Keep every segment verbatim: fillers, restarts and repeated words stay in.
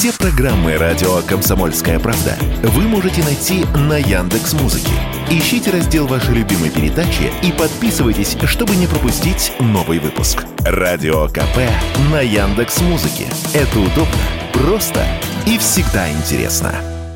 Все программы радио «Комсомольская правда» вы можете найти на Яндекс.Музыке. Ищите раздел вашей любимой передачи и подписывайтесь, чтобы не пропустить новый выпуск. Радио КП на Яндекс.Музыке. Это удобно, просто и всегда интересно.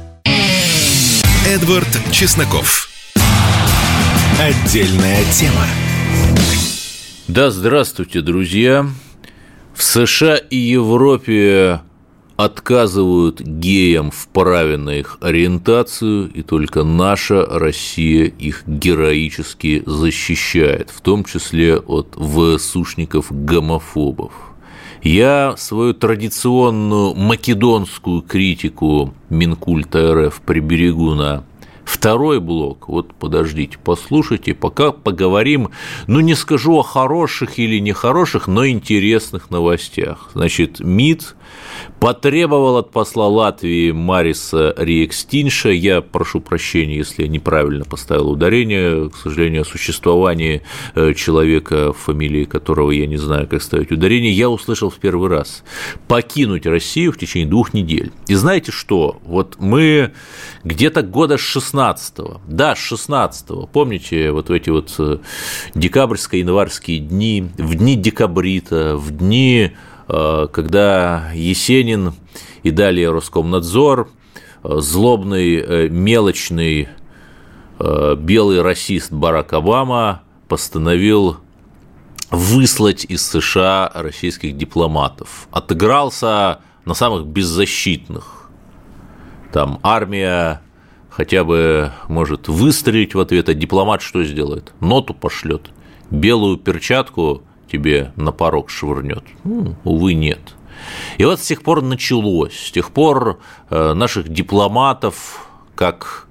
Эдвард Чесноков. Отдельная тема. Да, здравствуйте, друзья. В США и Европе отказывают геям в праве на их ориентацию, и только наша Россия их героически защищает, в том числе от ВСУшников-гомофобов. Я свою традиционную македонскую критику Минкульта РФ приберегу на второй блок. Вот подождите, послушайте, пока поговорим, ну не скажу о хороших или нехороших, но интересных новостях. Значит, МИД потребовал от посла Латвии Мариса Риекстинша, я прошу прощения, если я неправильно поставил ударение, к сожалению, о существовании человека, фамилии которого я не знаю, как ставить ударение, я услышал в первый раз, покинуть Россию в течение двух недель. И знаете что, вот мы где-то года с шестнадцатого, да, с шестнадцатого, помните, вот в эти вот декабрьско-январские дни, в дни декабрита, в дни, когда Есенин и далее Роскомнадзор, злобный, мелочный, белый расист Барак Обама постановил выслать из США российских дипломатов. Отыгрался на самых беззащитных. Там армия хотя бы может выстрелить в ответ, а дипломат что сделает? Ноту пошлет, белую перчатку тебе на порог швырнет. Ну, увы, нет. И вот с тех пор началось, с тех пор наших дипломатов, как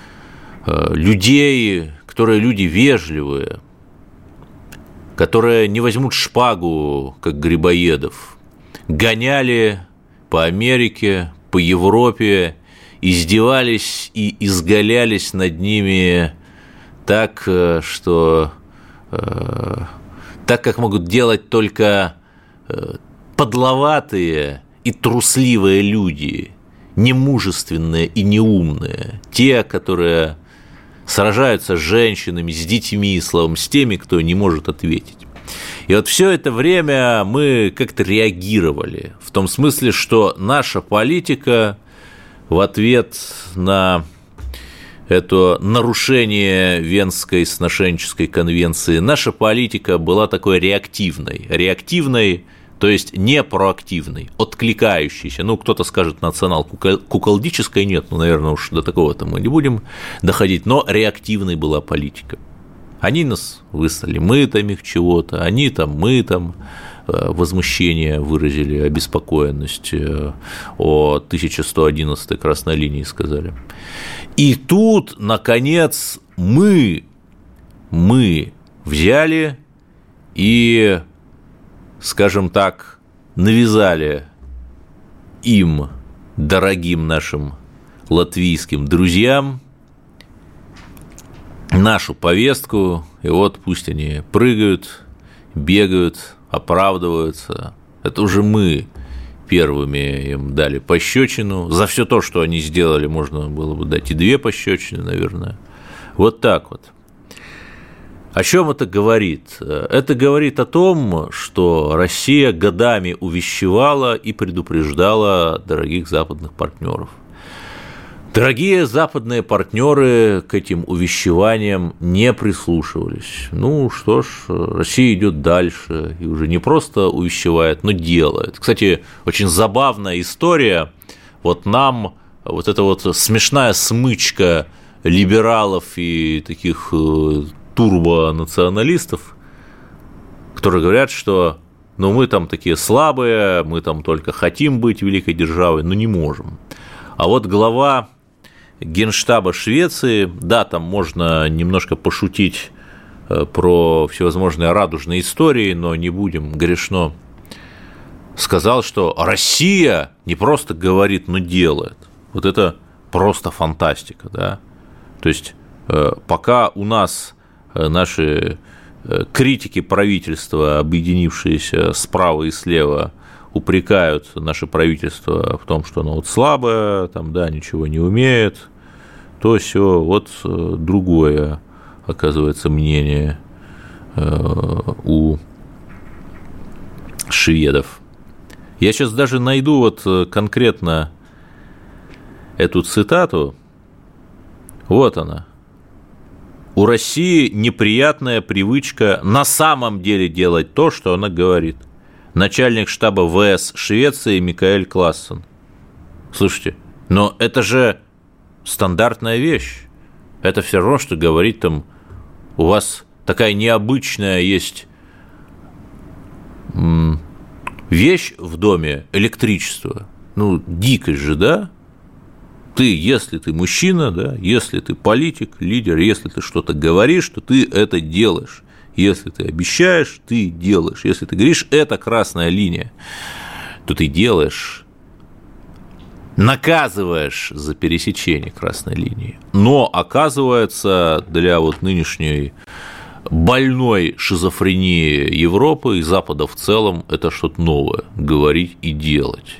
людей, которые люди вежливые, которые не возьмут шпагу, как Грибоедов, гоняли по Америке, по Европе, издевались и изгалялись над ними так, что так, как могут делать только подловатые и трусливые люди, немужественные и неумные, те, которые сражаются с женщинами, с детьми, словом, с теми, кто не может ответить. И вот все это время мы как-то реагировали, в том смысле, что наша политика в ответ на это нарушение Венской сношеннической конвенции, наша политика была такой реактивной. Реактивной, то есть не проактивной, откликающейся. Ну, кто-то скажет национал-куколдической, нет, ну, наверное, уж до такого-то мы не будем доходить, но реактивной была политика. Они нас выслали, мы там их чего-то, они там, мы там, возмущение выразили, обеспокоенность о тысяча сто одиннадцатой красной линии сказали. И тут, наконец, мы, мы взяли и, скажем так, навязали им, дорогим нашим латвийским друзьям, нашу повестку, и вот пусть они прыгают, бегают, оправдываются. Это уже мы первыми им дали пощечину. За все то, что они сделали, можно было бы дать и две пощечины, наверное. Вот так вот. О чем это говорит? Это говорит о том, что Россия годами увещевала и предупреждала дорогих западных партнеров. Дорогие западные партнеры к этим увещеваниям не прислушивались. Ну что ж, Россия идет дальше и уже не просто увещевает, но делает. Кстати, очень забавная история. Вот нам вот эта вот смешная смычка либералов и таких турбонационалистов, которые говорят, что ну, мы там такие слабые, мы там только хотим быть великой державой, но не можем. А вот глава Генштаба Швеции, да, там можно немножко пошутить про всевозможные радужные истории, но не будем грешно, сказал, что Россия не просто говорит, но делает. Вот это просто фантастика, да. То есть пока у нас наши критики правительства, объединившиеся справа и слева, упрекают наше правительство в том, что оно вот слабое, там, да, ничего не умеет, то все, вот другое, оказывается, мнение у шведов. Я сейчас даже найду вот конкретно эту цитату. Вот она. У России неприятная привычка на самом деле делать то, что она говорит. Начальник штаба ВС Швеции Микаэль Классен. Слушайте, но это же стандартная вещь. Это все равно, что говорить там, у вас такая необычная есть вещь в доме, электричество. Ну, дикость же, да? Ты, если ты мужчина, да, если ты политик, лидер, если ты что-то говоришь, то ты это делаешь. Если ты обещаешь, ты делаешь. Если ты говоришь, это красная линия, то ты делаешь, наказываешь за пересечение красной линии. Но, оказывается, для вот нынешней больной шизофрении Европы и Запада в целом это что-то новое – говорить и делать.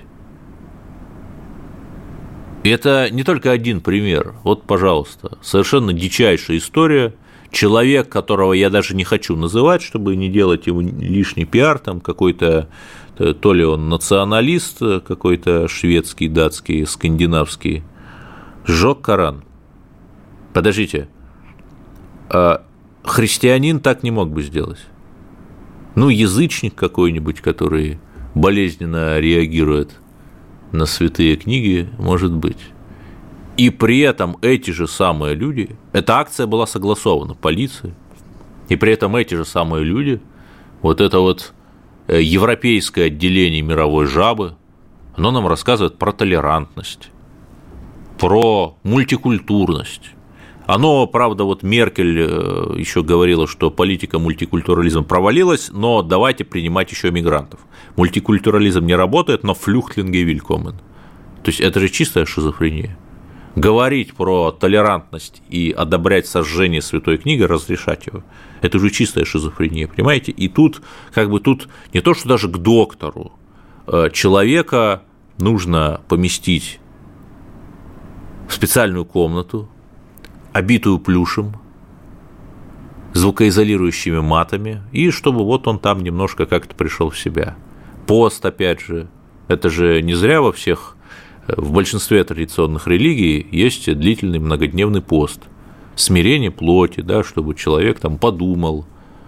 И это не только один пример. Вот, пожалуйста, совершенно дичайшая история. Человек, которого я даже не хочу называть, чтобы не делать ему лишний пиар, там какой-то, то ли он националист, какой-то шведский, датский, скандинавский, сжег Коран. Подождите, а христианин так не мог бы сделать? Ну, язычник какой-нибудь, который болезненно реагирует на святые книги, может быть. И при этом эти же самые люди, эта акция была согласована полицией, и при этом эти же самые люди, вот это вот европейское отделение мировой жабы, оно нам рассказывает про толерантность, про мультикультурность. Оно, правда, вот Меркель еще говорила, что политика мультикультурализма провалилась, но давайте принимать еще мигрантов. Мультикультурализм не работает, но флюхтлинге вилькомен. То есть это же чистая шизофрения. Говорить про толерантность и одобрять сожжение святой книги, разрешать его, это уже чистая шизофрения, понимаете? И тут, как бы тут не то, что даже к доктору, человека нужно поместить в специальную комнату, обитую плюшем, звукоизолирующими матами, и чтобы вот он там немножко как-то пришел в себя. Пост, опять же, это же не зря во всех, в большинстве традиционных религий есть длительный многодневный пост, смирение плоти, да, чтобы человек там подумал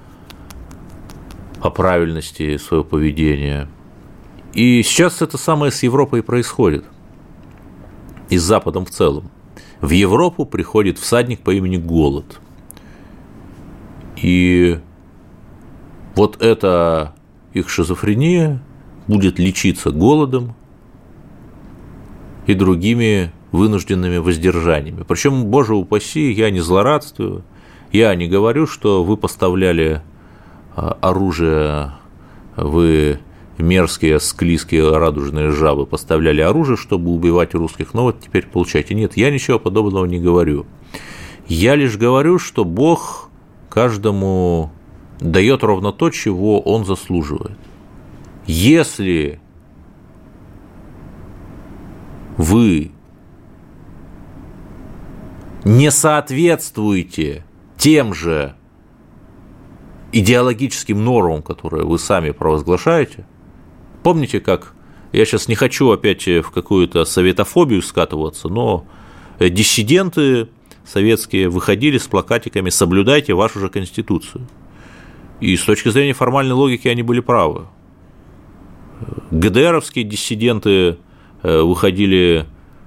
о правильности своего поведения. И сейчас это самое с Европой происходит, и с Западом в целом. В Европу приходит всадник по имени Голод. И вот эта их шизофрения будет лечиться голодом и другими вынужденными воздержаниями. Причем, боже упаси, я не злорадствую, я не говорю, что вы поставляли оружие, вы мерзкие, склизкие, радужные жабы поставляли оружие, чтобы убивать русских, но вот теперь получайте. Нет, я ничего подобного не говорю. Я лишь говорю, что Бог каждому дает ровно то, чего он заслуживает. Если вы не соответствуете тем же идеологическим нормам, которые вы сами провозглашаете, помните, как, я сейчас не хочу опять в какую-то советофобию скатываться, но диссиденты советские выходили с плакатиками «Соблюдайте вашу же Конституцию». И с точки зрения формальной логики они были правы. ГДРовские диссиденты выходили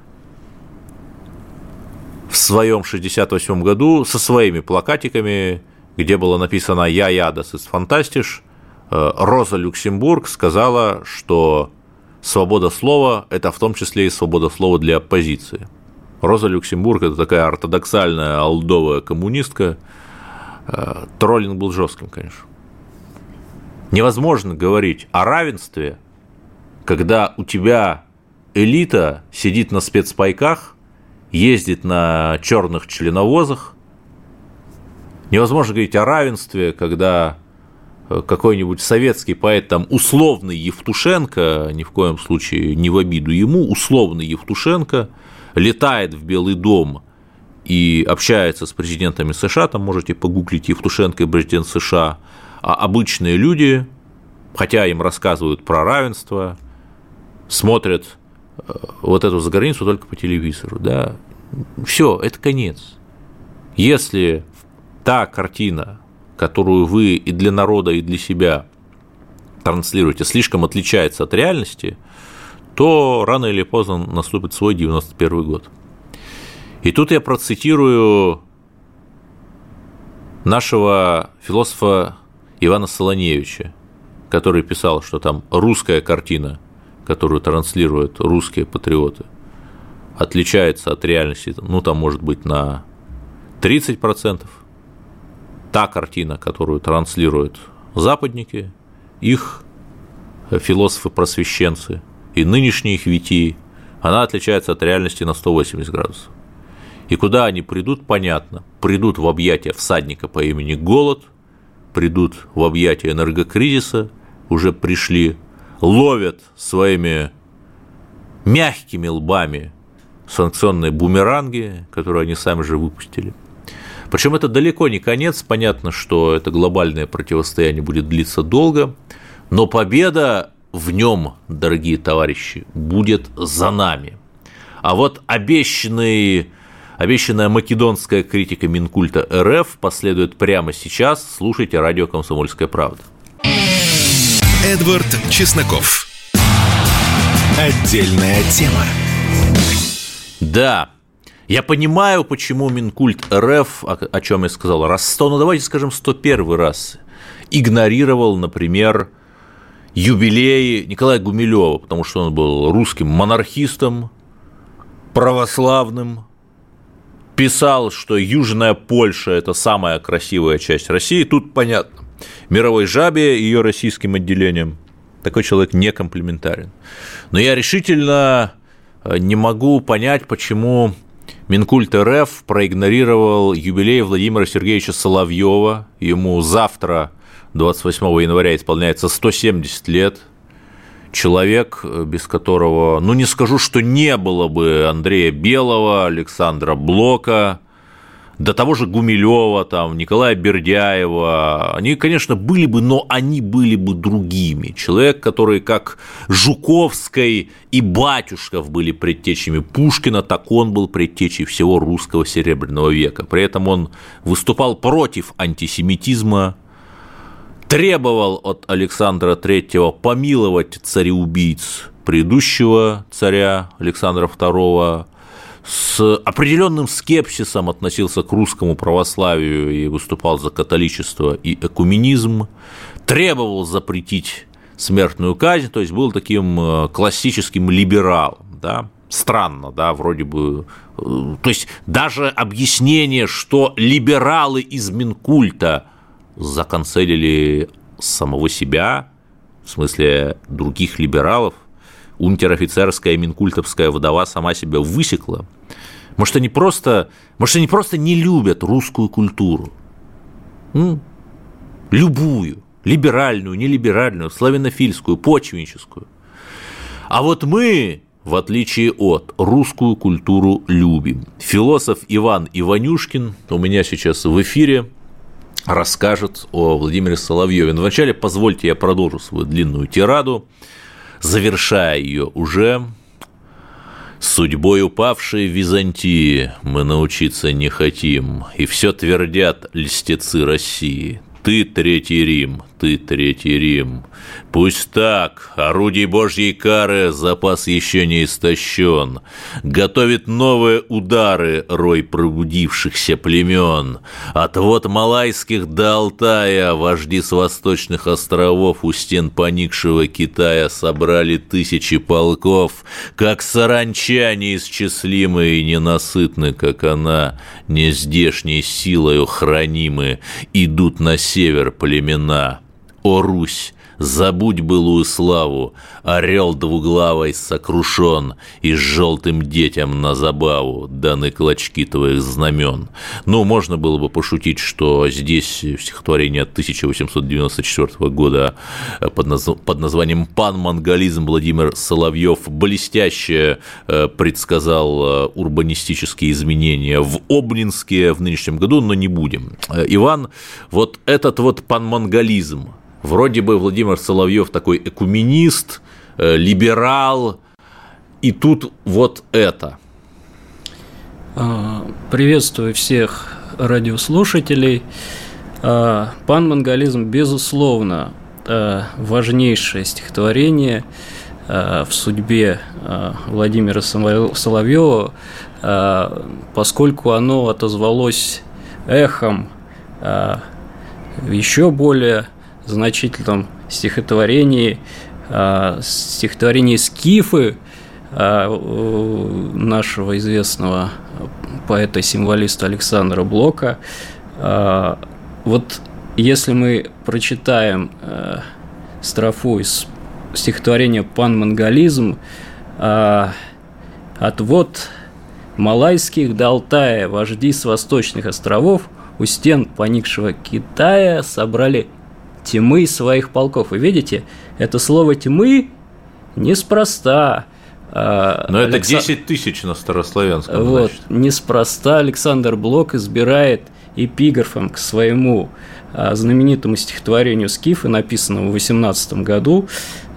в своем шестьдесят восьмом году со своими плакатиками, где было написано «Я ядас из фантастиш». Роза Люксембург сказала, что свобода слова – это в том числе и свобода слова для оппозиции. Роза Люксембург – это такая ортодоксальная олдовая коммунистка. Троллинг был жестким, конечно. Невозможно говорить о равенстве, когда у тебя элита сидит на спецпайках, ездит на черных членовозах. Невозможно говорить о равенстве, когда какой-нибудь советский поэт, там, условный Евтушенко, ни в коем случае не в обиду ему, условный Евтушенко летает в Белый дом и общается с президентами США, там можете погуглить Евтушенко и президент США, а обычные люди, хотя им рассказывают про равенство, смотрят вот эту заграницу только по телевизору, да, все, это конец. Если та картина, которую вы и для народа, и для себя транслируете, слишком отличается от реальности, то рано или поздно наступит свой девяносто первый год. И тут я процитирую нашего философа Ивана Солоневича, который писал, что там русская картина, которую транслируют русские патриоты, отличается от реальности, ну, там, может быть, на тридцать процентов. Та картина, которую транслируют западники, их философы-просвещенцы и нынешние их витии, она отличается от реальности на сто восемьдесят градусов. И куда они придут, понятно. Придут в объятия всадника по имени Голод, придут в объятия энергокризиса, уже пришли, ловят своими мягкими лбами санкционные бумеранги, которые они сами же выпустили. Причем это далеко не конец, понятно, что это глобальное противостояние будет длиться долго, но победа в нем, дорогие товарищи, будет за нами. А вот обещанный, обещанная македонская критика Минкульта РФ последует прямо сейчас. Слушайте радио «Комсомольская правда». Эдвард Чесноков. Отдельная тема. Да, я понимаю, почему Минкульт РФ, о чем я сказал, раз сто, ну давайте скажем сто первый раз, игнорировал, например, юбилей Николая Гумилёва, потому что он был русским монархистом, православным, писал, что Южная Польша – это самая красивая часть России. Тут понятно, мировой жабе и ее российским отделением такой человек не комплиментарен. Но я решительно не могу понять, почему Минкульт РФ проигнорировал юбилей Владимира Сергеевича Соловьева. Ему завтра, двадцать восьмого января, исполняется сто семьдесят лет. Человек, без которого, ну не скажу, что не было бы Андрея Белого, Александра Блока, до того же Гумилёва, там, Николая Бердяева. Они, конечно, были бы, но они были бы другими. Человек, который, как Жуковский и Батюшков были предтечами Пушкина, так он был предтечей всего русского Серебряного века. При этом он выступал против антисемитизма, требовал от Александра Третьего помиловать цареубийц предыдущего царя Александра Второго, с определенным скепсисом относился к русскому православию и выступал за католичество и экуменизм, требовал запретить смертную казнь, то есть был таким классическим либералом, да? Странно, да, вроде бы, то есть даже объяснение, что либералы из Минкульта законцелили самого себя, в смысле других либералов, унтер-офицерская минкультовская вдова сама себя высекла. Может, они просто, может, они просто не любят русскую культуру. М? Любую, либеральную, нелиберальную, славянофильскую, почвенческую. А вот мы, в отличие от, русскую культуру любим. Философ Иван Иванюшкин у меня сейчас в эфире расскажет о Владимире Соловьеве. Но вначале позвольте я продолжу свою длинную тираду, завершая ее уже. Судьбой упавшей Византии мы научиться не хотим, и все твердят льстецы России. Ты Третий Рим, ты Третий Рим. Пусть так, орудий Божьей кары запас еще не истощен. Готовит новые удары рой пробудившихся племен. От вод Малайских до Алтая вожди с восточных островов у стен поникшего Китая собрали тысячи полков, как саранча неисчислимые и ненасытны, как она, нездешней силою хранимы, идут на север племена. О, Русь, Забудь былую славу, орел двуглавый сокрушен, и желтым детям на забаву даны клочки твоих знамен. Ну, можно было бы пошутить, что здесь стихотворение тысяча восемьсот девяносто четвёртого года под, наз... под названием «Пан-монголизм» Владимир Соловьев блестяще предсказал урбанистические изменения в Обнинске в нынешнем году, но не будем. Иван, вот этот вот пан-монголизм, вроде бы Владимир Соловьев такой экуменист, либерал, и тут вот это. Приветствую всех радиослушателей. Пан-монголизм, безусловно, важнейшее стихотворение в судьбе Владимира Соловьева, поскольку оно отозвалось эхом в еще более значительном стихотворении, стихотворении «Скифы» нашего известного поэта-символиста Александра Блока. Вот если мы прочитаем строфу из стихотворения «Пан-монголизм», «Отвод малайских до Алтая вожди с восточных островов у стен поникшего Китая собрали тьмы своих полков». Вы видите, это слово «тьмы» неспроста. Но это Алекс... десять тысяч на старославянском. Вот, неспроста Александр Блок избирает эпиграфом к своему знаменитому стихотворению «Скифы», написанному в восемнадцатом году,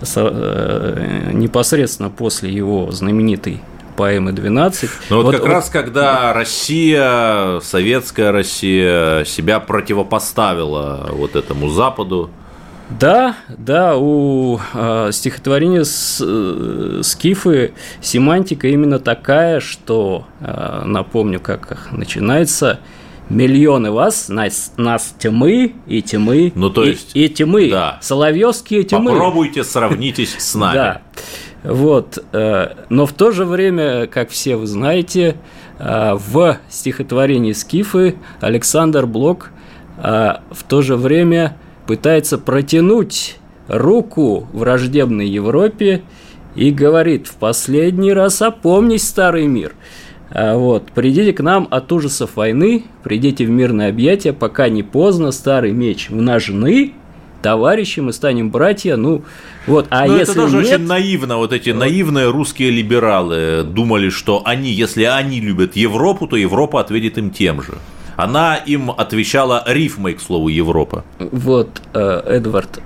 непосредственно после его знаменитой поэмы «двенадцать». Ну вот, вот как вот... раз когда Россия, советская Россия, себя противопоставила вот этому Западу. Да, да, у э, стихотворения с, э, «Скифы» семантика именно такая, что, э, напомню, как начинается: «Миллионы вас, нас, нас тьмы и тьмы, ну, то есть, и, и тьмы, да. соловьевские тьмы». Попробуйте, сравнитесь с нами. Да, вот, э, но в то же время, как все вы знаете, э, в стихотворении «Скифы» Александр Блок э, в то же время пытается протянуть руку враждебной Европе и говорит: в последний раз опомнись, старый мир. Вот, придите к нам от ужасов войны, придите в мирное объятие, пока не поздно, старый меч в ножны, товарищи, мы станем братья, ну, вот, а Но если это тоже нет... очень наивно, вот эти вот. Наивные русские либералы думали, что они, если они любят Европу, то Европа ответит им тем же. Она им отвечала рифмой, к слову, Европа. Вот, Эдвард,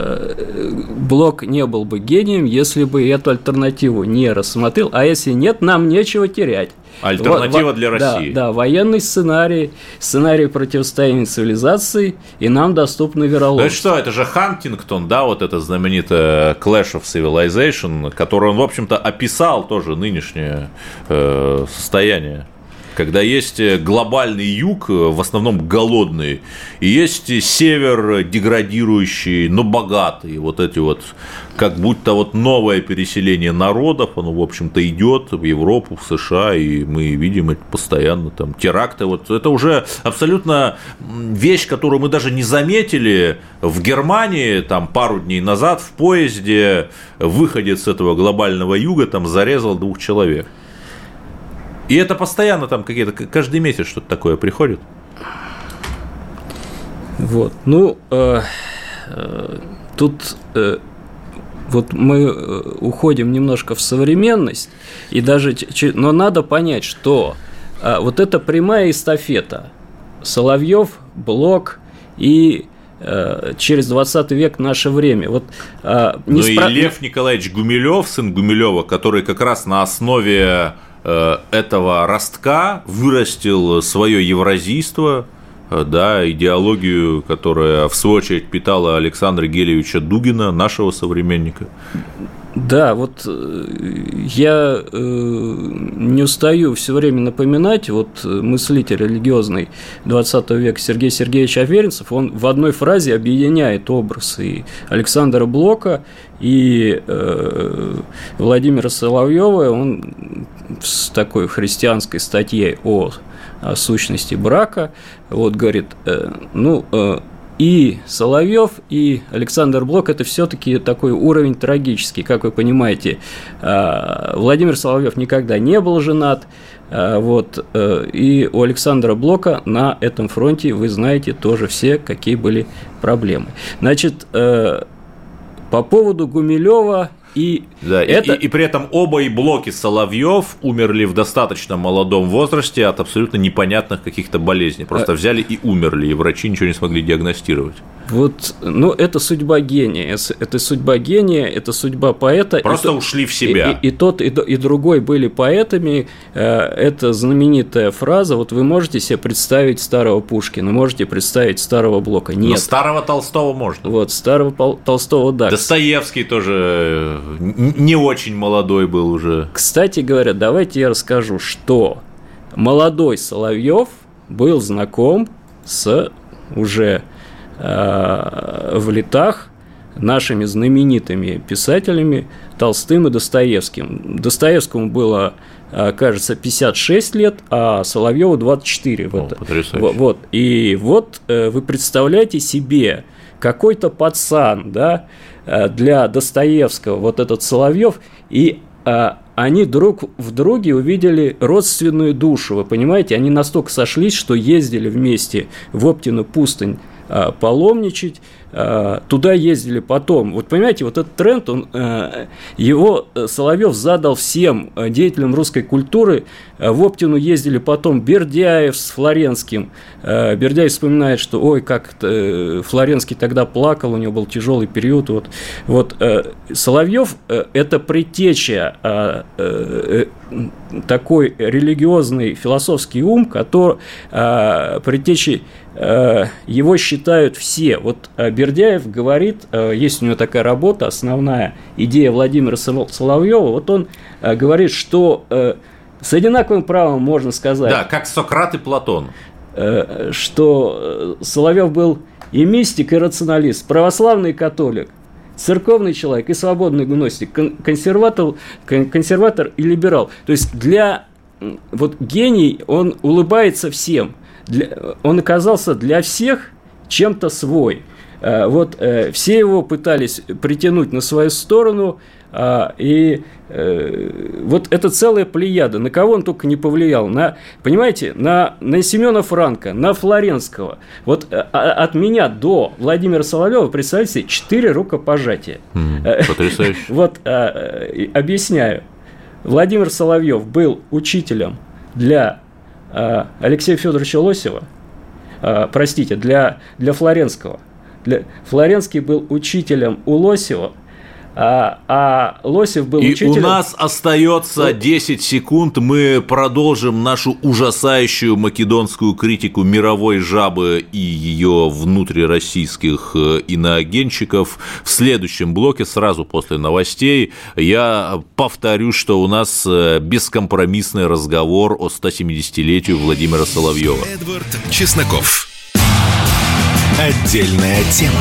Блок не был бы гением, если бы эту альтернативу не рассмотрел, а если нет, нам нечего терять. Альтернатива вот, во, для России. Да, да, военный сценарий, сценарий противостояния цивилизаций, и нам доступно вероломство. Ну это что, это же Хантингтон, да, вот это знаменитое Clash of Civilization, который он, в общем-то, описал тоже нынешнее э, состояние. Когда есть глобальный юг, в основном голодный, и есть север деградирующий, но богатый, вот эти вот, как будто вот новое переселение народов, оно, в общем-то, идет в Европу, в США, и мы видим это постоянно, там, теракты, вот это уже абсолютно вещь, которую мы даже не заметили в Германии, там, пару дней назад в поезде выходец с этого глобального юга, там, зарезал двух человек. И это постоянно там какие-то, каждый месяц что-то такое приходит. Вот, ну, э, э, тут э, вот мы уходим немножко в современность, и даже, но надо понять, что э, вот эта прямая эстафета Соловьев, Блок и э, через двадцатый век наше время. Вот, э, ну спро... и Лев Николаевич Гумилев, сын Гумилева, который как раз на основе этого ростка вырастил свое евразийство, да, идеологию, которая в свою очередь питала Александра Гелевича Дугина, нашего современника. Да, вот я не устаю все время напоминать, вот мыслитель религиозный двадцатого века Сергей Сергеевич Аверинцев, он в одной фразе объединяет образы и Александра Блока, и Владимира Соловьева. Он в такой христианской статье о, о сущности брака вот говорит: ну, и Соловьев, и Александр Блок – это все-таки такой уровень трагический, как вы понимаете. Владимир Соловьев никогда не был женат, вот, и у Александра Блока на этом фронте, вы знаете, тоже все, какие были проблемы. Значит, по поводу Гумилева и да, это... и, и, и при этом оба и Блок, и Соловьев умерли в достаточно молодом возрасте от абсолютно непонятных каких-то болезней. Просто а... взяли и умерли, и врачи ничего не смогли диагностировать. Вот, ну, это судьба гения, это судьба гения, это судьба поэта. Просто и ушли в себя. И, и, и тот, и, и другой были поэтами. Это знаменитая фраза. Вот вы можете себе представить старого Пушкина, можете представить старого Блока. Нет. Но старого Толстого можно. Вот, старого Толстого, да. Достоевский тоже не очень молодой был уже. Кстати говоря, давайте я расскажу, что молодой Соловьев был знаком с уже в летах нашими знаменитыми писателями Толстым и Достоевским. Достоевскому было, кажется, пятьдесят шесть лет, а Соловьеву двадцать четыре. О, вот. Потрясающе. Вот. И вот вы представляете себе, какой-то пацан, да, для Достоевского, вот этот Соловьев, и они друг в друге увидели родственную душу, вы понимаете, они настолько сошлись, что ездили вместе в Оптину пустынь паломничать, туда ездили потом. Вот понимаете, вот этот тренд, он, его Соловьев задал всем деятелям русской культуры. В Оптину ездили потом Бердяев с Флоренским. Бердяев вспоминает, что ой, как Флоренский тогда плакал, у него был тяжелый период. Вот, вот Соловьев – это предтеча, такой религиозный философский ум, который предтечей его считают все. Вот Бердяев говорит, есть у него такая работа, основная идея Владимира Соловьева, вот он говорит, что с одинаковым правом можно сказать... Да, как Сократ и Платон. Что Соловьев был и мистик, и рационалист, православный католик, церковный человек и свободный гностик, консерватор, консерватор и либерал. То есть для... Вот гений, он улыбается всем. Для, он оказался для всех чем-то свой. Вот все его пытались притянуть на свою сторону, и вот это целая плеяда. На кого он только не повлиял. На, понимаете, на, на Семена Франка, на Флоренского. Вот от меня до Владимира Соловьева, представьте себе, четыре рукопожатия. Mm, потрясающе. Вот объясняю. Владимир Соловьев был учителем для Алексея Федоровича Лосева, простите, для, для Флоренского. Для, Флоренский был учителем у Лосева, а, а Лосев был и учителем... И у нас остается десять секунд, мы продолжим нашу ужасающую македонскую критику мировой жабы и ее внутрироссийских иноагентчиков в следующем блоке, сразу после новостей. Я повторю, что у нас бескомпромиссный разговор о стосемидесятилетию Владимира Соловьева. Эдвард Чесноков. Отдельная тема.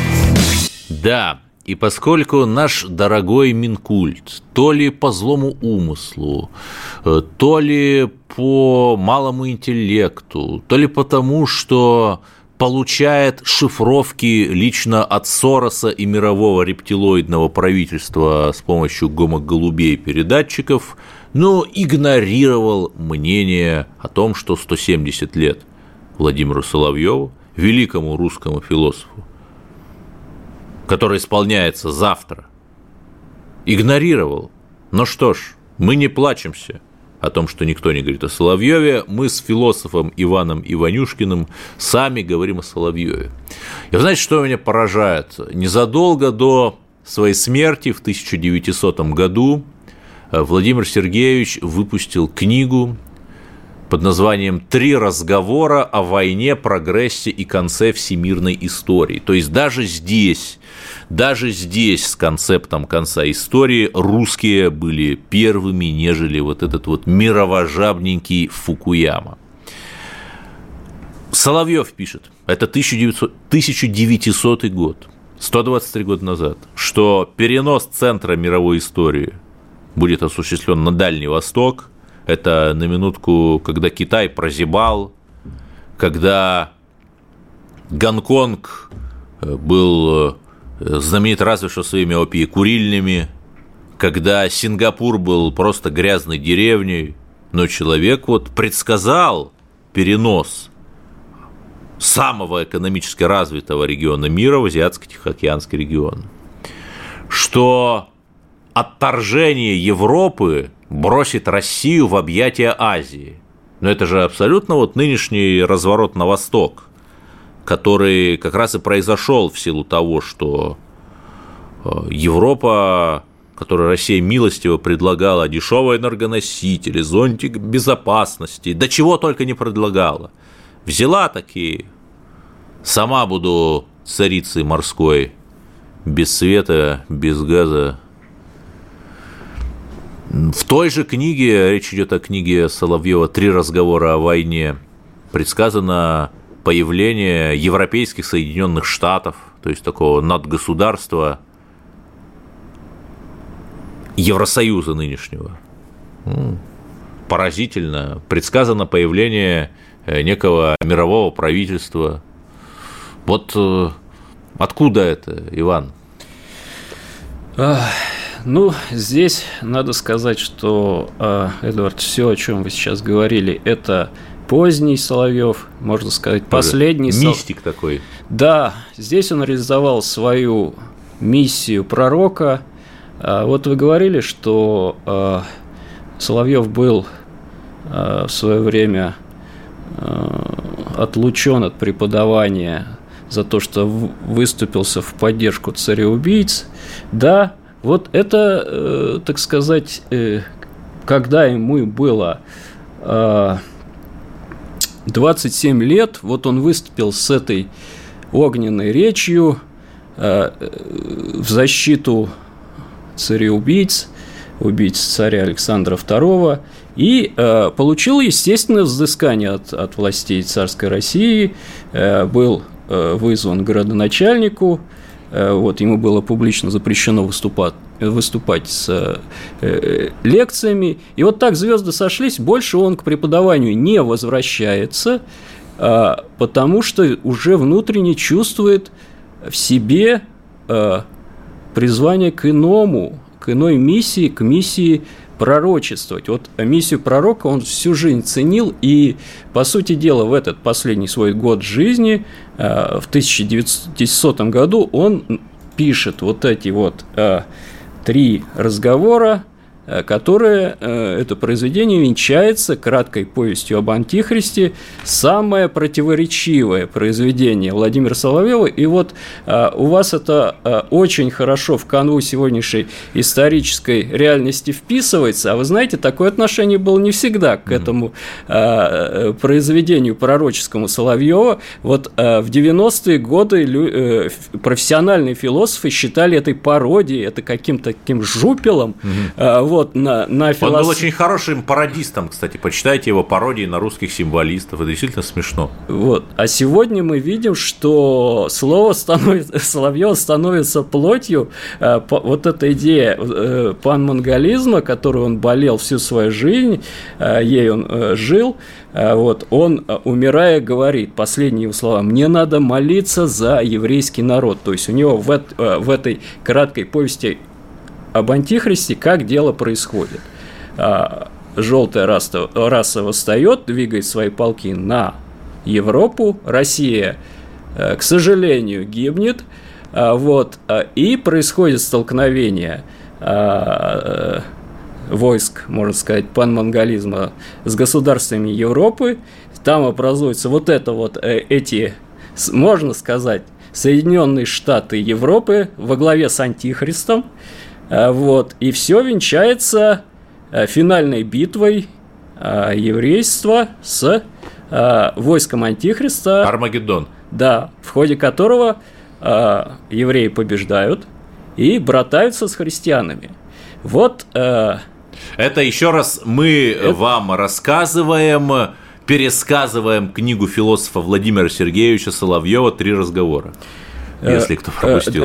Да. И поскольку наш дорогой Минкульт, то ли по злому умыслу, то ли по малому интеллекту, то ли потому, что получает шифровки лично от Сороса и мирового рептилоидного правительства с помощью гомоголубей-передатчиков, но игнорировал мнение о том, что сто семьдесят лет Владимиру Соловьеву, великому русскому философу, который исполняется завтра, игнорировал. Но что ж, мы не плачемся о том, что никто не говорит о Соловьеве. Мы с философом Иваном Иванюшкиным сами говорим о Соловьеве. И вы знаете, что меня поражает? Незадолго до своей смерти в тысяча девятисотом году Владимир Сергеевич выпустил книгу под названием «Три разговора о войне, прогрессе и конце всемирной истории». То есть даже здесь, даже здесь с концептом конца истории русские были первыми, нежели вот этот вот мировожабненький Фукуяма. Соловьев пишет, это тысяча девятисотый год, сто двадцать три года назад, что перенос центра мировой истории будет осуществлен на Дальний Восток. Это на минутку, когда Китай прозябал, когда Гонконг был знаменит разве что своими опиекурильнями, когда Сингапур был просто грязной деревней, но человек вот предсказал перенос самого экономически развитого региона мира в Азиатско-Тихоокеанский регион, что отторжение Европы бросит Россию в объятия Азии. Но это же абсолютно вот нынешний разворот на восток, который как раз и произошел в силу того, что Европа, которой Россия милостиво предлагала дешевые энергоносители, зонтик безопасности, да чего только не предлагала, взяла такие: сама буду царицей морской, без света, без газа. В той же книге, речь идет о книге Соловьева «Три разговора о войне», предсказано появление европейских Соединенных Штатов, то есть такого надгосударства Евросоюза нынешнего. Поразительно. Предсказано появление некого мирового правительства. Вот откуда это, Иван? Ну, здесь надо сказать, что, Эдвард, все, о чем вы сейчас говорили, это поздний Соловьев, можно сказать, последний. Мистик Сол... такой. Да, здесь он реализовал свою миссию пророка. Вот вы говорили, что Соловьев был в свое время отлучен от преподавания за то, что выступился в поддержку цареубийц. Да, вот это, так сказать, когда ему было двадцать семь лет, вот он выступил с этой огненной речью в защиту цареубийц, убийц царя Александра второго, и э, получил, естественно, взыскание от, от властей царской России, э, был э, вызван к градоначальнику, э, вот, ему было публично запрещено выступать, выступать с э, лекциями, и вот так звезды сошлись, больше он к преподаванию не возвращается, э, потому что уже внутренне чувствует в себе э, призвание к иному, к иной миссии, к миссии пророчествовать. Вот миссию пророка он всю жизнь ценил, и, по сути дела, в этот последний свой год жизни, в тысяча девятисотом году, он пишет вот эти вот три разговора, которые, это произведение венчается краткой повестью об Антихристе, самое противоречивое произведение Владимира Соловьева, и вот у вас это очень хорошо в канву сегодняшней исторической реальности вписывается, а вы знаете, такое отношение было не всегда к этому mm-hmm. произведению пророческому Соловьева. Вот в девяностые годы профессиональные философы считали этой пародией, это каким-то таким жупелом, mm-hmm. Вот, на, на философ... Он был очень хорошим пародистом, кстати. Почитайте его пародии на русских символистов. Это действительно смешно. Вот. А сегодня мы видим, что слово становится, Соловьева становится плотью. Вот эта идея панмонголизма, которую он болел всю свою жизнь, ей он жил, вот, он, умирая, говорит, последние его слова: «Мне надо молиться за еврейский народ». То есть у него в, в этой краткой повести об Антихристе как дело происходит. Желтая раса, раса восстает, двигает свои полки на Европу, Россия, к сожалению, гибнет, вот, и происходит столкновение войск, можно сказать, панмонголизма с государствами Европы, там образуются вот это вот эти, можно сказать, Соединенные Штаты Европы во главе с Антихристом. Вот, и все венчается финальной битвой еврейства с войском Антихриста. Армагеддон. Да, в ходе которого евреи побеждают и братаются с христианами. Вот. Это еще раз мы это... вам рассказываем, пересказываем книгу философа Владимира Сергеевича Соловьева «Три разговора». Если кто пропустил.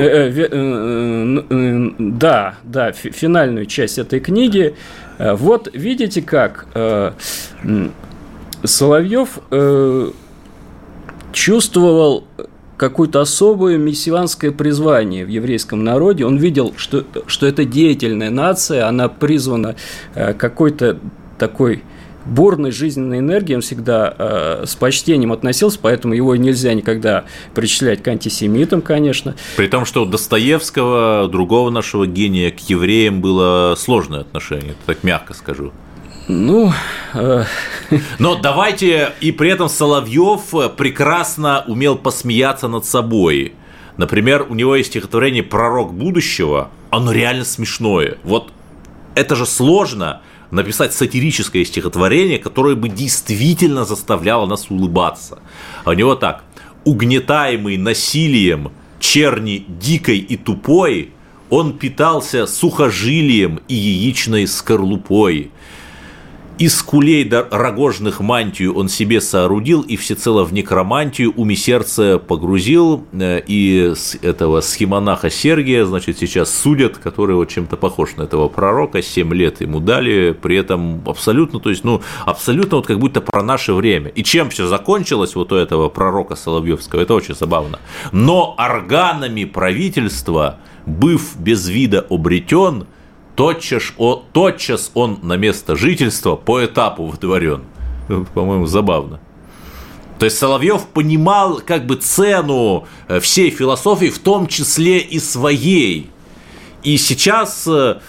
Да, да, финальную часть этой книги. Вот видите как Соловьев чувствовал какое-то особое мессианское призвание в еврейском народе. Он видел, что, что это деятельная нация, она призвана какой-то такой бурной жизненной энергией, он всегда э, с почтением относился, поэтому его нельзя никогда причислять к антисемитам, конечно. При том, что у Достоевского, другого нашего гения, к евреям было сложное отношение, так мягко скажу. Ну, э... но давайте, и при этом Соловьев прекрасно умел посмеяться над собой. Например, у него есть стихотворение «Пророк будущего», оно реально смешное. Вот это же сложно написать сатирическое стихотворение, которое бы действительно заставляло нас улыбаться. А у него так: угнетаемый насилием черни дикой и тупой, он питался сухожилием и яичной скорлупой. Из кулей до рогожных мантию он себе соорудил и всецело в некромантию уми сердце погрузил. И с этого схимонаха Сергия, значит, сейчас судят, который вот чем-то похож на этого пророка, семь лет ему дали, при этом абсолютно, то есть, ну, абсолютно вот как будто про наше время. И чем все закончилось вот у этого пророка Соловьевского, это очень забавно. Но органами правительства, быв без вида обретен, Тотчас, о, тотчас он на место жительства по этапу выдворен. По-моему, забавно. То есть Соловьев понимал как бы цену всей философии, в том числе и своей. И сейчас,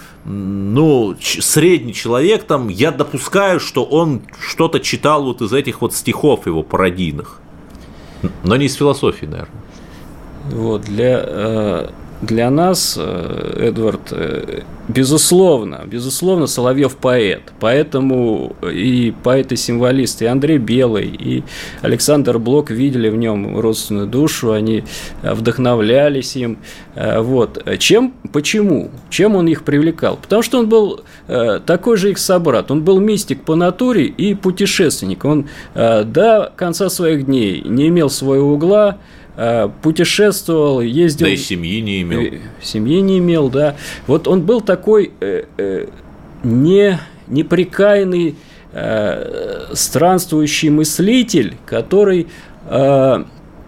ну, средний человек, там, я допускаю, что он что-то читал вот из этих вот стихов его пародийных. Но не из философии, наверное. Вот, для... Для нас, Эдвард, безусловно, безусловно, Соловьев поэт, поэтому и поэт-символист, и Андрей Белый, и Александр Блок видели в нем родственную душу, они вдохновлялись им. Вот. Чем, почему? Чем он их привлекал? Потому что он был такой же их собрат, он был мистик по натуре и путешественник, он до конца своих дней не имел своего угла, путешествовал, ездил. Да и семьи не имел. Семьи не имел, да. Вот он был такой э, э, не, непрекаянный э, странствующий мыслитель, который э,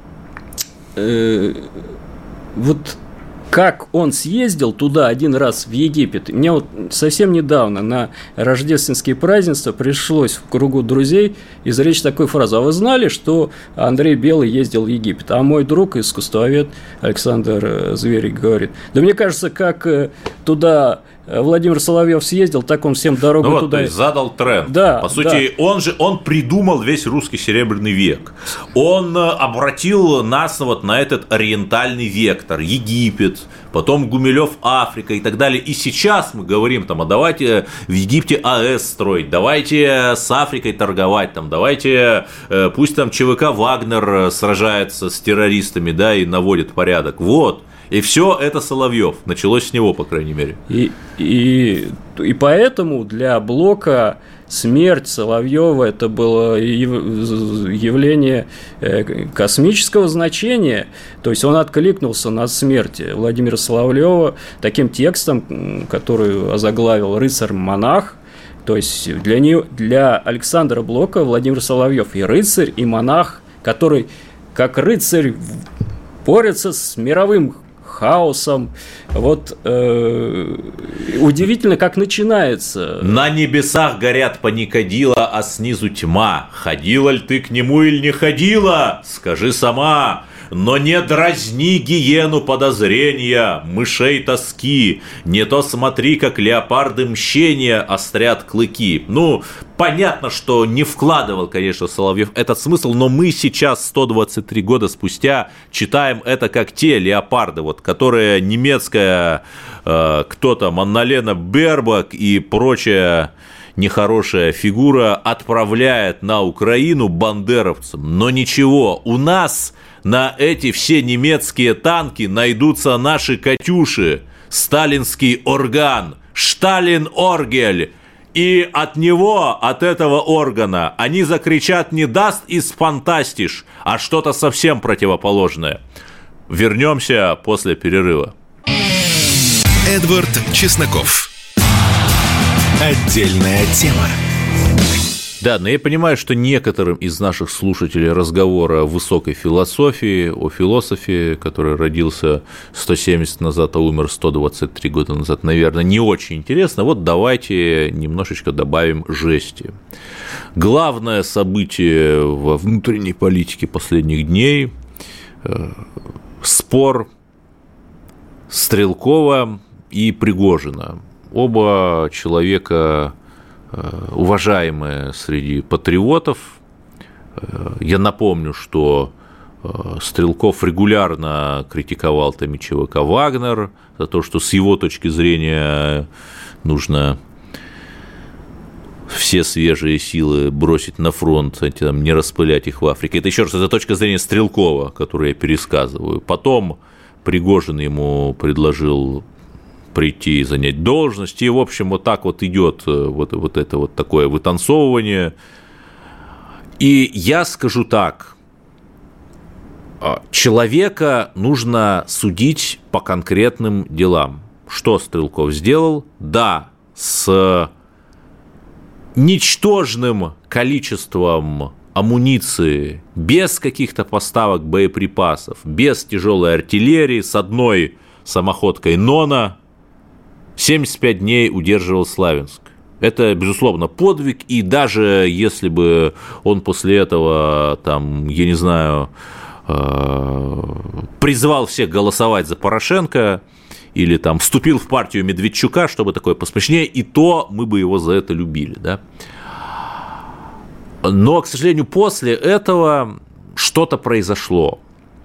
э, вот как он съездил туда один раз в Египет. Мне вот совсем недавно на рождественские празднества пришлось в кругу друзей изречь такую фразу: а вы знали, что Андрей Белый ездил в Египет? А мой друг, искусствовед Александр Зверик, говорит: да мне кажется, как туда Владимир Соловьев съездил, так он всем дорогу ну вот, туда... То есть задал тренд. Да, По сути, да. он же он придумал весь русский серебряный век. Он обратил нас вот на этот ориентальный вектор. Египет, потом Гумилев, Африка и так далее. И сейчас мы говорим, там, а давайте в Египте АЭС строить, давайте с Африкой торговать, там, давайте пусть там ЧВК «Вагнер» сражается с террористами, да, и наводит порядок. Вот. И все это Соловьев. Началось с него, по крайней мере. И, и, и поэтому для Блока смерть Соловьева это было явление космического значения. То есть он откликнулся на смерть Владимира Соловьева таким текстом, который озаглавил «Рыцарь-монах». То есть для, него, для Александра Блока Владимир Соловьев и рыцарь, и монах, который как рыцарь борется с мировым хаосом. Вот э, удивительно, как начинается. На небесах горят паникадила, а снизу тьма. Ходила ли ты к нему или не ходила? Скажи сама. Но не дразни гиену подозрения, мышей тоски, не то смотри, как леопарды мщения острят клыки. Ну, понятно, что не вкладывал, конечно, Соловьев этот смысл, но мы сейчас, сто двадцать три года спустя, читаем это как те леопарды, вот, которые немецкая, э, кто там, Анналена Бербак и прочая нехорошая фигура отправляет на Украину бандеровцам. Но ничего, у нас на эти все немецкие танки найдутся наши «Катюши», сталинский орган, Шталин-Оргель. И от него, от этого органа, они закричат не «даст из фантастиш», а что-то совсем противоположное. Вернемся после перерыва. Эдвард Чесноков. Отдельная тема. Да, но я понимаю, что некоторым из наших слушателей разговора о высокой философии, о философе, который родился сто семьдесят назад, а умер сто двадцать три года назад, наверное, не очень интересно. Вот давайте немножечко добавим жести. Главное событие во внутренней политике последних дней – спор Стрелкова и Пригожина. Оба человека уважаемые среди патриотов. Я напомню, что Стрелков регулярно критиковал там ЧВК «Вагнер» за то, что с его точки зрения нужно все свежие силы бросить на фронт, там, не распылять их в Африке. Это еще раз, это точка зрения Стрелкова, которую я пересказываю. Потом Пригожин ему предложил прийти и занять должность, и, в общем, вот так вот идет вот, вот это вот такое вытанцовывание. И я скажу так, человека нужно судить по конкретным делам. Что Стрелков сделал? Да, с ничтожным количеством амуниции, без каких-то поставок боеприпасов, без тяжелой артиллерии, с одной самоходкой «Нона», семьдесят пять дней удерживал Славянск. Это, безусловно, подвиг, и даже если бы он после этого, там, я не знаю, призвал всех голосовать за Порошенко или там вступил в партию Медведчука, чтобы такое посмешнее, и то мы бы его за это любили, да. Но, к сожалению, после этого что-то произошло.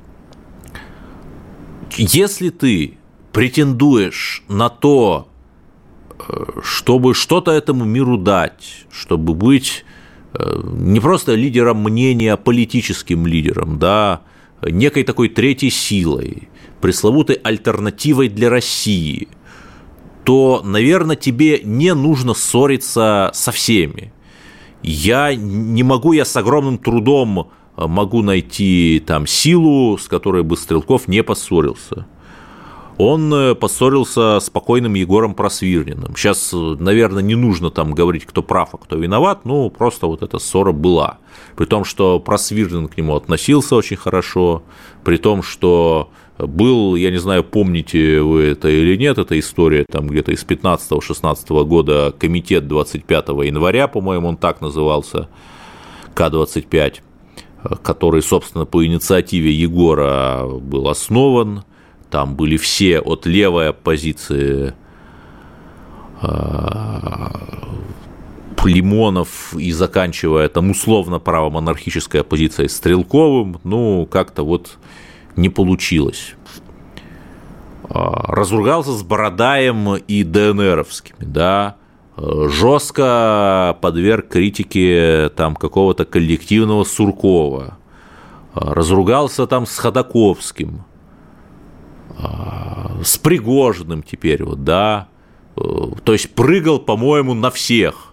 Если ты претендуешь на то, чтобы что-то этому миру дать, чтобы быть не просто лидером мнения, а политическим лидером, да, некой такой третьей силой, пресловутой альтернативой для России, то, наверное, тебе не нужно ссориться со всеми. Я не могу, я с огромным трудом могу найти там силу, с которой бы Стрелков не поссорился. Он поссорился с покойным Егором Просвирниным. Сейчас, наверное, не нужно там говорить, кто прав, а кто виноват, ну, просто вот эта ссора была. При том, что Просвирнин к нему относился очень хорошо, при том, что был, я не знаю, помните вы это или нет, эта история там где-то из пятнадцатого-шестнадцатого года, комитет двадцать пятого января, по-моему, он так назывался, К двадцать пять, который, собственно, по инициативе Егора был основан. Там были все от левой оппозиции Лимонов и заканчивая там условно правомонархической оппозицией Стрелковым, ну, как-то вот не получилось. Разругался с Бородаем и ДНРовскими, да, жестко подверг критике там какого-то коллективного Суркова, разругался там с Ходаковским, с Пригожиным теперь, вот, да, то есть прыгал, по-моему, на всех.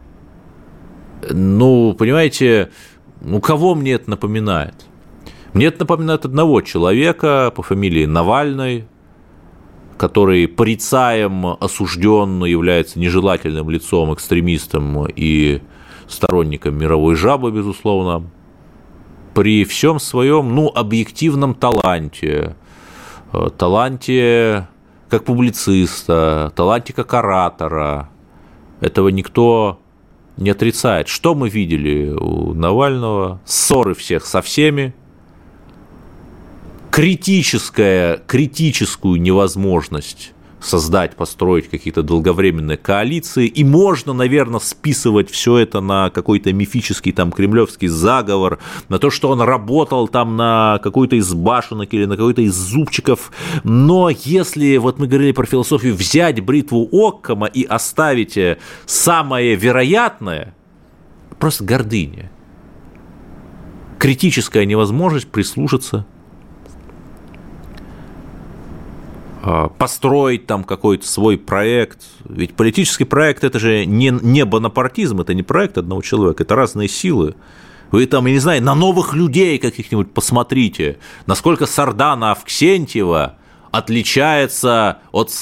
Ну, понимаете, ну, кого мне это напоминает? Мне это напоминает одного человека по фамилии Навальный, который порицаем, осужден, является нежелательным лицом, экстремистом и сторонником мировой жабы, безусловно, при всем своем, ну, объективном таланте, таланте как публициста, таланте как оратора. Этого никто не отрицает. Что мы видели у Навального? Ссоры всех со всеми, критическая, критическую невозможность создать, построить какие-то долговременные коалиции, и можно, наверное, списывать все это на какой-то мифический там кремлевский заговор, на то, что он работал там на какой-то из башенок или на какой-то из зубчиков, но если, вот мы говорили про философию, взять бритву Оккама и оставить самое вероятное, просто гордыня, критическая невозможность прислушаться, построить там какой-то свой проект. Ведь политический проект – это же не, не бонапартизм, это не проект одного человека, это разные силы. Вы там, я не знаю, на новых людей каких-нибудь посмотрите, насколько Сардана Авксентьева отличается от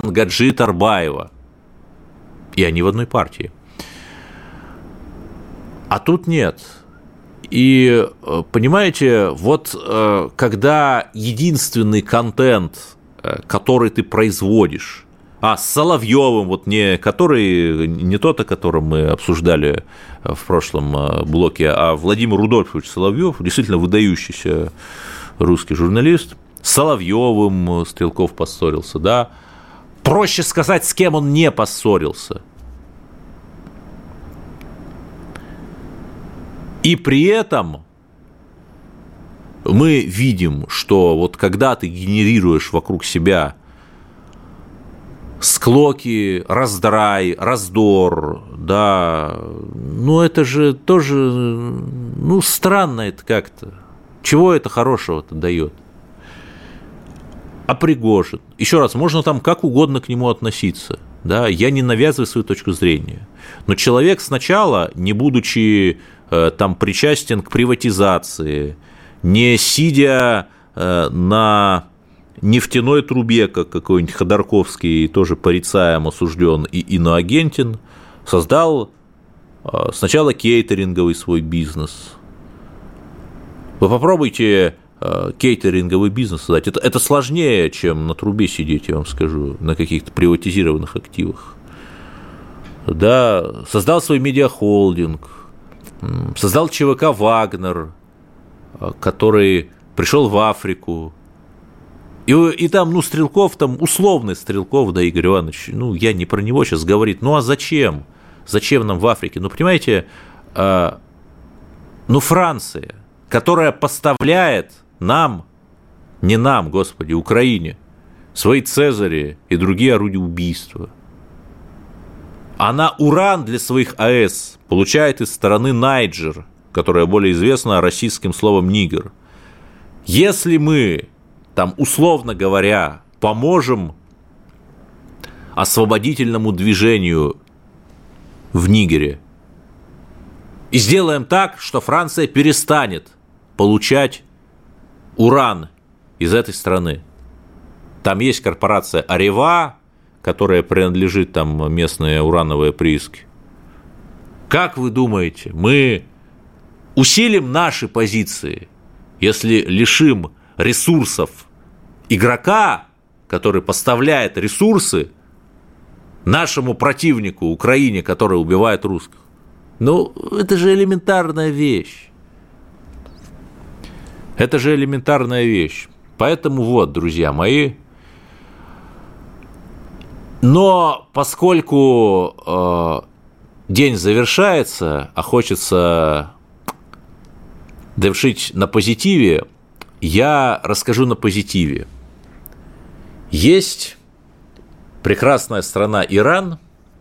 Сангаджи Тарбаева. И они в одной партии. А тут нет. И, понимаете, вот когда единственный контент, который ты производишь, а с Соловьевым, вот не, который, не тот, о котором мы обсуждали в прошлом блоке, а Владимир Рудольфович Соловьев, действительно выдающийся русский журналист, с Соловьевым Стрелков поссорился, да. Проще сказать, с кем он не поссорился. И при этом мы видим, что вот когда ты генерируешь вокруг себя склоки, раздрай, раздор, да, ну это же тоже, ну странно это как-то. Чего это хорошего-то дает? А Пригожин, еще раз, можно там как угодно к нему относиться, да, я не навязываю свою точку зрения, но человек сначала, не будучи там причастен к приватизации, не сидя на нефтяной трубе, как какой-нибудь Ходорковский, тоже порицаем, осужден, и иноагентен, создал сначала кейтеринговый свой бизнес. Вы попробуйте кейтеринговый бизнес создать. Это, это сложнее, чем на трубе сидеть, я вам скажу, на каких-то приватизированных активах. Да, создал свой медиахолдинг, создал ЧВК «Вагнер», который пришел в Африку. И, и там, ну, Стрелков, там условный Стрелков, да, Игорь Иванович, ну, я не про него сейчас говорить, ну, а зачем? Зачем нам в Африке? Ну, понимаете, э, ну, Франция, которая поставляет нам, не нам, господи, Украине, свои «Цезари» и другие орудия убийства. Она уран для своих АЭС получает из страны Найджер, которая более известна российским словом «нигер». Если мы, там, условно говоря, поможем освободительному движению в Нигере и сделаем так, что Франция перестанет получать уран из этой страны. Там есть корпорация «Арева», которая принадлежит там местные урановые прииски. Как вы думаете, мы усилим наши позиции, если лишим ресурсов игрока, который поставляет ресурсы нашему противнику, Украине, который убивает русских? Ну, это же элементарная вещь. Это же элементарная вещь. Поэтому вот, друзья мои. Но поскольку э, день завершается, а хочется довершить на позитиве, я расскажу на позитиве. Есть прекрасная страна Иран,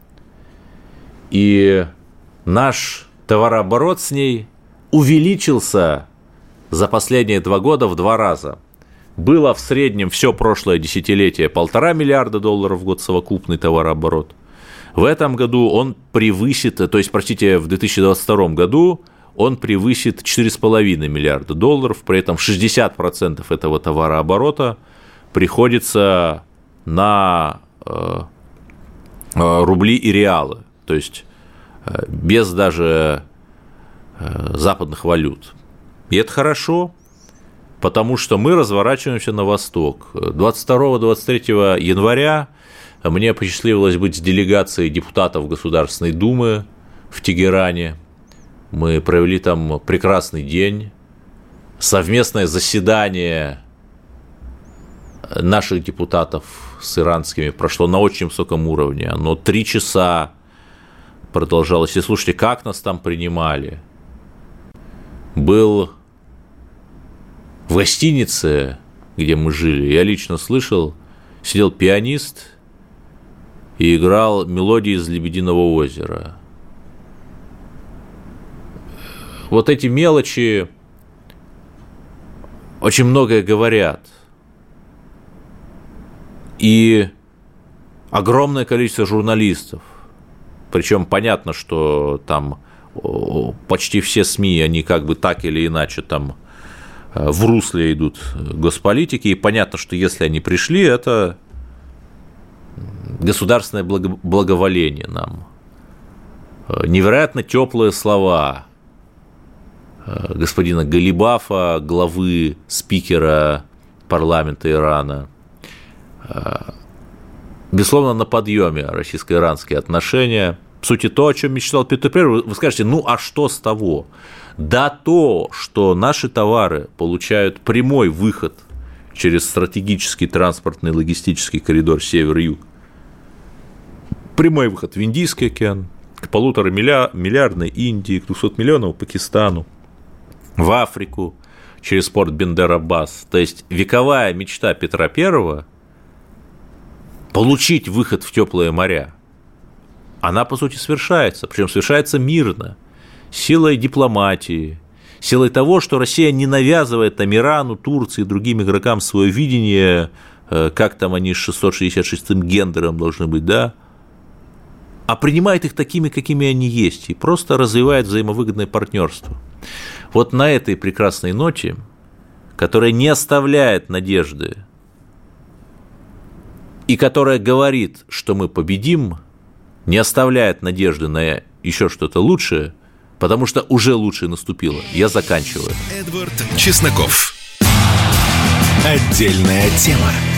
и наш товарооборот с ней увеличился за последние два года в два раза. Было в среднем все прошлое десятилетие полтора миллиарда долларов в год совокупный товарооборот. В этом году он превысит, то есть, простите, в две тысячи двадцать втором году он превысит четыре с половиной миллиарда долларов, при этом шестьдесят процентов этого товарооборота приходится на э, рубли и реалы, то есть э, без даже э, западных валют. И это хорошо, потому что мы разворачиваемся на восток. двадцать второго - двадцать третьего января мне посчастливилось быть с делегацией депутатов Государственной Думы в Тегеране. Мы провели там прекрасный день, совместное заседание наших депутатов с иранскими прошло на очень высоком уровне. Оно три часа продолжалось. И слушайте, как нас там принимали. Был в гостинице, где мы жили, я лично слышал, сидел пианист и играл мелодии из «Лебединого озера». Вот эти мелочи очень многое говорят. И огромное количество журналистов. Причем понятно, что там почти все СМИ, они как бы так или иначе там в русле идут госполитики. И понятно, что если они пришли, это государственное благоволение нам. Невероятно теплые слова господина Галибафа, главы, спикера парламента Ирана. Безусловно, на подъеме российско-иранские отношения. В сути, то, о чем мечтал Петр Первый, вы скажете, ну а что с того? Да то, что наши товары получают прямой выход через стратегический транспортный логистический коридор север-юг, прямой выход в Индийский океан, к полутора миллиардной Индии, к двухсотмиллионному Пакистану, в Африку через порт Бендер-Аббас. То есть вековая мечта Петра Первого получить выход в теплые моря, она, по сути, совершается, причем совершается мирно, силой дипломатии, силой того, что Россия не навязывает там Ирану, Турции и другим игрокам свое видение, как там они с шестьсот шестьдесят шестым гендером должны быть, да, а принимает их такими, какими они есть, и просто развивает взаимовыгодное партнерство. Вот на этой прекрасной ноте, которая не оставляет надежды и которая говорит, что мы победим, не оставляет надежды на еще что-то лучшее, потому что уже лучшее наступило. Я заканчиваю. Эдвард Чесноков. Отдельная тема.